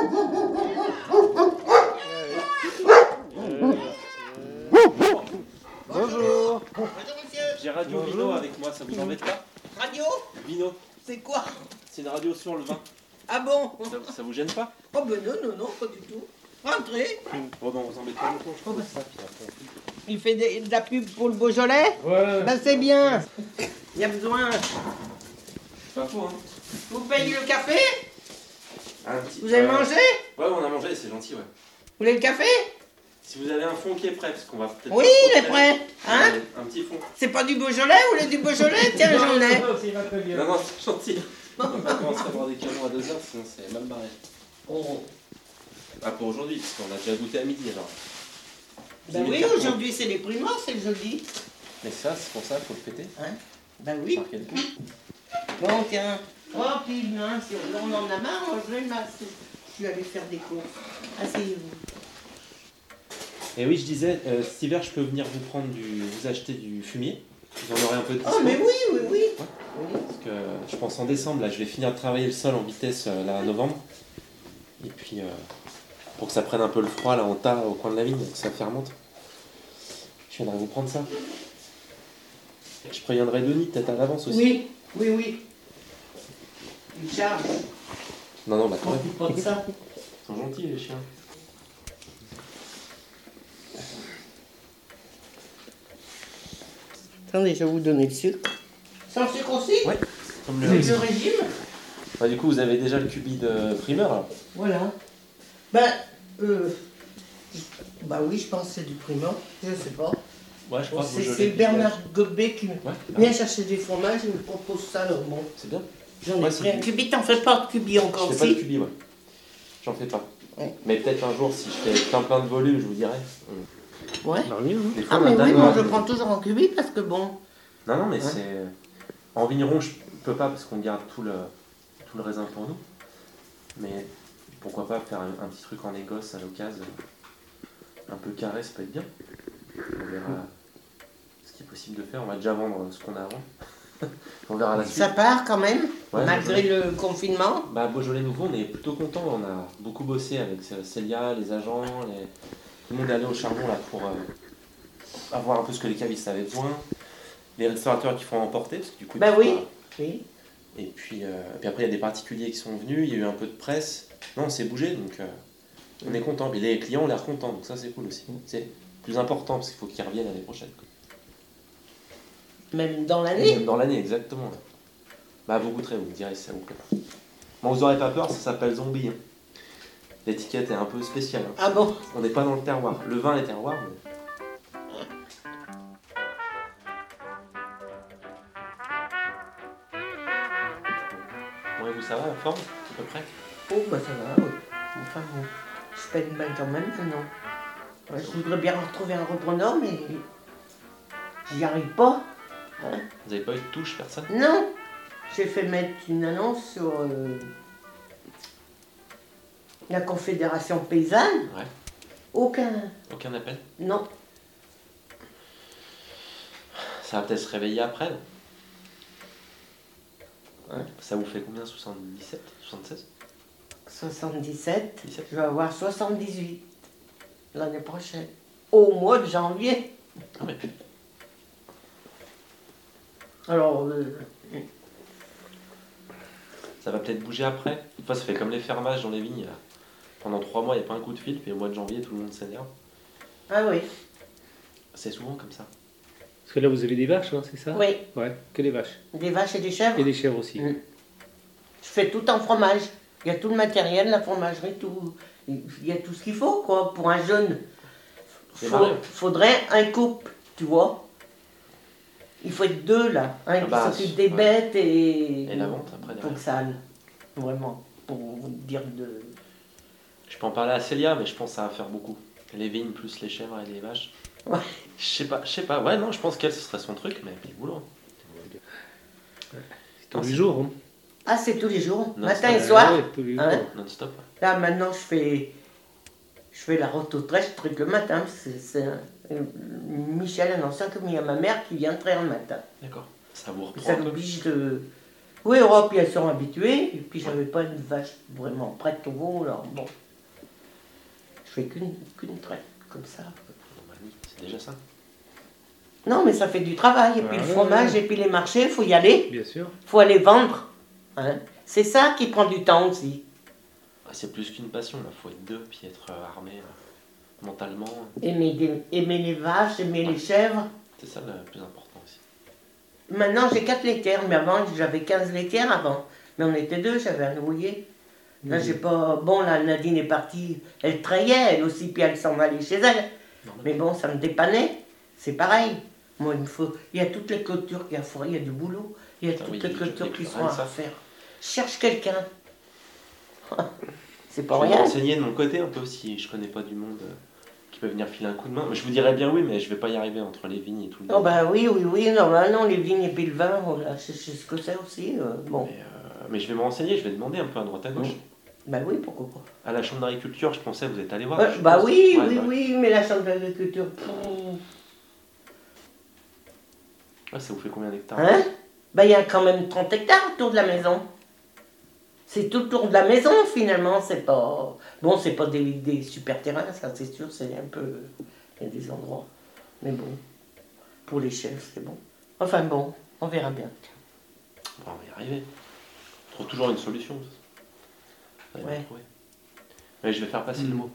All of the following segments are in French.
Bonjour. Bonjour monsieur. J'ai Radio Vino avec moi, ça vous embête pas? Radio? Vino, C'est quoi? c'est une radio sur le vin. Ah bon? Ça vous gêne pas? Oh ben non, pas du tout. Rentrez. Bon, non, vous embêtez pas longtemps, je pose ça, puis après. Il fait de la pub pour le Beaujolais? Ouais. Ben c'est bien. Il y a besoin. Pas faux, hein. Vous payez le café? Un petit, Vous avez mangé? Ouais, on a mangé, c'est gentil, ouais. Vous voulez le café? Si vous avez un fond qui est prêt, parce qu'on va peut-être... Oui, pas il est trop prêt. Hein? Un petit fond. C'est pas du Beaujolais? Vous voulez du Beaujolais? Tiens, j'en ai. Non, non, c'est gentil. On va commencer à boire des canons à 2h, sinon c'est mal barré. Oh. Pas pour aujourd'hui, parce qu'on a déjà goûté à midi, alors. Ben 10 000 oui, cartons. aujourd'hui c'est les primeurs, c'est le jeudi. Mais ça, c'est pour ça qu'il faut le fêter. Hein? Ben oui. Marquer le coup. Bon, tiens. Oh, puis, hein, si on en a marre, moi je vais masser. Je suis allée faire des courses. Asseyez-vous. Et oui, je disais, cet hiver, je peux venir vous acheter du fumier. Vous en aurez un peu de dispo. Oh, mais oui. Ouais. Parce que je pense en décembre, là, je vais finir de travailler le sol en vitesse, là, à novembre. Et puis, pour que ça prenne un peu le froid, là, en tas, au coin de la vigne, que ça fermente. Je viendrai vous prendre ça. Je préviendrai Denis, peut-être à l'avance aussi. Oui. Il charge. Non, bah quand même. Pas de ça. Ils sont gentils, les chiens. Attendez, je vais vous donner le sucre. Sans sucre aussi? Ouais. Comme C'est le régime? Bah, du coup, vous avez déjà le cubi de primeur, alors. Voilà. Bah oui, je pense que c'est du primeur. Je sais pas. Ouais, je crois que C'est Bernard Gobet qui Ouais, vient chercher des fromages et me propose ça. Alors bon, c'est bien. j'en ai Ouais, pris c'est un cubi. T'en fais pas de cubi encore Je fais pas de aussi? cubi, ouais. J'en fais pas. Ouais. Mais peut-être un jour, si je fais plein de volume, je vous dirai. Ouais. Des fois, Ah on a mais oui, dingue, moi hein. je prends toujours en cubi parce que bon. Non, mais Ouais. c'est... En vigneron, je peux pas parce qu'on garde tout le raisin pour nous. Mais pourquoi pas faire un petit truc en négoce à l'occasion. Un peu carré, ça peut être bien. On verra ce qui est possible de faire. On va déjà vendre ce qu'on a avant. On verra la suite. Ça part quand même, Ouais, malgré le confinement. Bah, Beaujolais Nouveau, on est plutôt content. On a beaucoup bossé avec Célia, les agents, tout le monde est allé au charbon là pour avoir un peu ce que les cavistes avaient besoin. Les restaurateurs qui font emporter, parce que du coup, Bah ils oui. font pas- Oui. Et puis après, il y a des particuliers qui sont venus, il y a eu un peu de presse. Non, on s'est bougé, donc on est content. Et les clients ont l'air contents, donc ça c'est cool aussi. C'est plus important parce qu'il faut qu'ils reviennent l'année prochaine. Même dans Et l'année. même dans l'année, exactement. Bah, vous goûterez, vous me direz si ça vous plaît. Bon, vous n'aurez pas peur, ça s'appelle Zombie. Hein. L'étiquette est un peu spéciale. Hein. Ah bon? On n'est pas dans le terroir. Le vin est terroir, mais... Bon, et vous, ça va, la forme, à peu près? Oh bah ça va, oui. Enfin bon, je peine mal quand même, non. Ouais, je voudrais bien retrouver un repreneur, mais j'y arrive pas. Hein? Vous n'avez pas eu de touche, personne? Non, j'ai fait mettre une annonce sur la Confédération paysanne. Ouais. Aucun. Aucun appel? Non. Ça va peut-être se réveiller après, non? Ouais. Ça vous fait combien? 77? 76? 77. 17. Je vais avoir 78 l'année prochaine. Au mois de janvier. Ah, mais... Alors, Ça va peut-être bouger après. Une fois, ça fait comme les fermages dans les vignes. Là. Pendant 3 mois, il n'y a pas un coup de fil, puis au mois de janvier, tout le monde s'énerve. ah oui. C'est souvent comme ça. Parce que là, vous avez des vaches, hein, c'est ça? Oui, Ouais, que des vaches. des vaches et des chèvres. Et des chèvres aussi. Mm. Je fais tout en fromage. Il y a tout le matériel, la fromagerie, tout. Il y a tout ce qu'il faut, quoi. Pour un jeune, faudrait un couple, tu vois. Il faut être deux, là. Un qui s'occupe des bêtes Et la vente après pour derrière. que ça aille. Vraiment. Pour vous dire de... Je peux en parler à Célia, mais je pense que ça va faire beaucoup. Les vignes plus les chèvres et les vaches. Ouais. Je sais pas. Ouais, non, je pense qu'elle, ce serait son truc, mais puis le boulot. C'est tous les jours. Hein. Ah, c'est tous les jours, Non, matin c'est et soir. Ouais, tous les jours. Hein. Non-stop. Là, maintenant, je fais la rototrèche, je truc le matin. Michel, un ancien commis à ma mère, qui vient traire le matin. D'accord. Ça vous reprend Ça un peu. l'oblige de... Oui, Europe, ils sont habitués. Et puis, j'avais pas une vache vraiment prête au veau. Alors, bon. Je fais qu'une traite, comme ça. C'est déjà ça. Non, mais ça fait du travail. Et puis, le fromage, et puis les marchés, il faut y aller. Bien sûr. Il faut aller vendre. Hein. C'est ça qui prend du temps aussi. C'est plus qu'une passion, il faut être deux, puis être armé mentalement. Aimer les vaches, aimer les chèvres. C'est ça le plus important aussi. Maintenant, j'ai 4 laitières, mais avant, j'avais 15 laitières avant. Mais on était deux, j'avais un nourrier. Là, j'ai pas... Bon, là, Nadine est partie, elle trayait, elle aussi, puis elle s'en allait chez elle. Mais bon, ça me dépannait. C'est pareil. Moi, il y a toutes les clôtures qu'il y a à fourrer, il y a du boulot. Il y a toutes les clôtures qui sont à faire. Je cherche quelqu'un. C'est pas rien. Je vais m'enseigner de mon côté un peu si je connais pas du monde qui peut venir filer un coup de main. Je vous dirais bien oui, mais je vais pas y arriver entre les vignes et tout. Oh bah oui, non, les vignes et puis le vin, oh là, je sais ce que c'est aussi. Bon. Mais je vais me renseigner, je vais demander un peu à droite à gauche. Bah oui, pourquoi pas. À la chambre d'agriculture, je pensais, vous êtes allé voir. Bah oui, oui, mais la chambre d'agriculture. Ça vous fait combien d'hectares? Hein? Bah il y a quand même 30 hectares autour de la maison. C'est tout autour de la maison finalement, c'est pas... Bon, c'est pas des super terrains, ça c'est sûr, c'est un peu... Il y a des endroits. Mais bon, pour les chefs, c'est bon. Enfin bon, on verra bien. Bon, on va y arriver. On trouve toujours une solution. Ouais. Mais je vais faire passer le mot.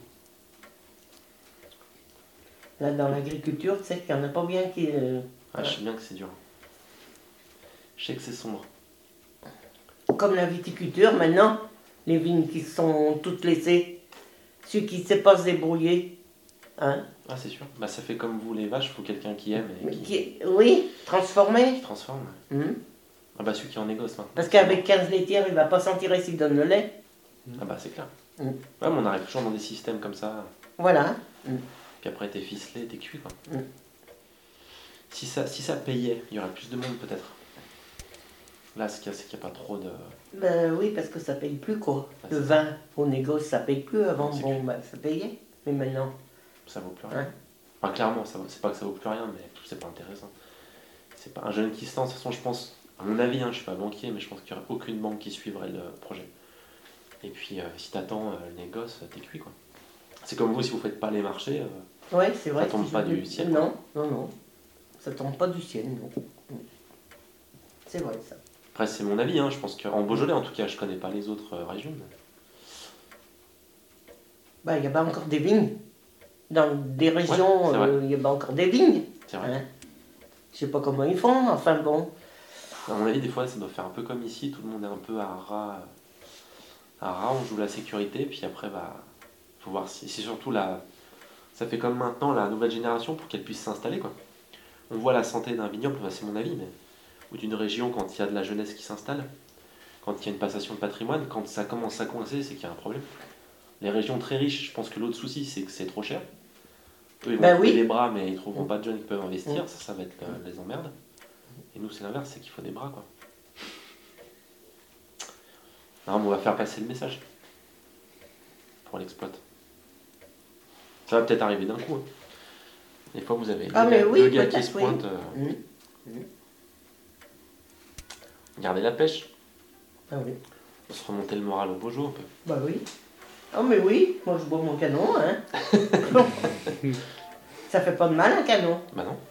Là, dans l'agriculture, tu sais qu'il n'y en a pas bien qui... Je sais bien que c'est dur. Je sais que c'est sombre. Comme la viticulture, maintenant, les vignes qui sont toutes laissées, celui qui ne sait pas se débrouiller, hein. Ah, c'est sûr. Bah, ça fait comme vous, les vaches, il faut quelqu'un qui aime et oui, transformer. qui transforme. Ah bah, celui qui en négoce maintenant. Parce qu'avec 15 laitières, il ne va pas s'en tirer s'il donne le lait. Ah bah, c'est clair. Ouais, mais on arrive toujours dans des systèmes comme ça. Voilà. Puis après, t'es ficelé, t'es cuit, quoi. Si ça payait, il y aurait plus de monde, peut-être. Là, ce qu'il y a, c'est qu'il n'y a pas trop de... Ben oui, parce que ça paye plus, quoi. Le vin au négoce, ça paye plus. Avant, bon, ben, ça payait. Mais maintenant... Ça vaut plus rien. Enfin, clairement, c'est pas que ça vaut plus rien, mais c'est pas intéressant. C'est pas un jeune qui se lance. De toute façon, je pense, à mon avis, je suis pas banquier, mais je pense qu'il n'y aurait aucune banque qui suivrait le projet. Et puis, si t'attends le négoce, t'es cuit, quoi. C'est comme vous, si vous faites pas les marchés, ouais, c'est vrai, ça tombe pas du ciel. Non, non. Ça tombe pas du ciel, non. C'est vrai, ça. Après, c'est mon avis, je pense qu'en Beaujolais, en tout cas, je connais pas les autres régions. Bah, il y a pas encore des vignes. Dans des régions, il y a pas encore des vignes. C'est vrai. Je sais pas comment ils font, enfin bon. À mon avis, des fois, ça doit faire un peu comme ici, tout le monde est un peu à ras, on joue la sécurité, puis après, faut voir si c'est surtout ça fait comme maintenant la nouvelle génération pour qu'elle puisse s'installer, quoi. On voit la santé d'un vignoble, c'est mon avis, ou d'une région quand il y a de la jeunesse qui s'installe, quand il y a une passation de patrimoine, quand ça commence à coincer, c'est qu'il y a un problème. Les régions très riches, je pense que l'autre souci, c'est que c'est trop cher. Eux, ils vont trouver des bras, mais ils trouveront pas de jeunes qui peuvent investir, ça va être les emmerdes. Et nous, c'est l'inverse, c'est qu'il faut des bras, quoi. Non, mais on va faire passer le message pour l'exploit. Ça va peut-être arriver d'un coup. Des fois, vous avez deux gars qui se pointent. Gardez la pêche. Ah oui. On se remonter le moral au beau jour un peu. Bah oui. Oh mais oui, moi je bois mon canon, hein. Ça fait pas de mal un canon. Bah non.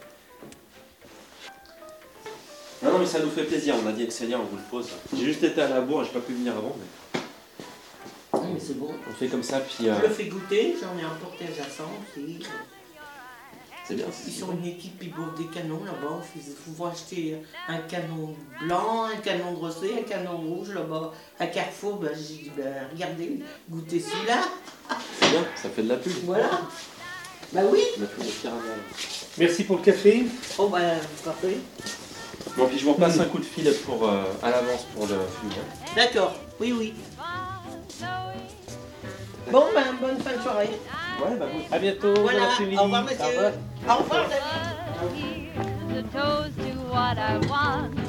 Non, mais ça nous fait plaisir, on a dit avec Célia, on vous le pose. J'ai juste été à la bourre, j'ai pas pu venir avant, mais c'est bon. On fait comme ça, puis... Je le fais goûter, j'en ai emporté à Jassan aussi. C'est bien. Ils sont une équipe, ils boivent des canons là-bas. Il faut acheter un canon blanc, un canon grossé, un canon rouge là-bas. À Carrefour, j'ai dit, regardez, goûtez celui-là. C'est bien, ça fait de la pub. Voilà. Bah oui. On a fait des caramels. Merci pour le café. Oh parfait. Bon, puis je vous repasse un coup de fil pour, à l'avance pour le fumier. D'accord, oui. Bon, bonne fin de soirée. Ouais, bah À bientôt. Voilà, Bon après-midi. au revoir monsieur. Au revoir. Here's a toast to what I want.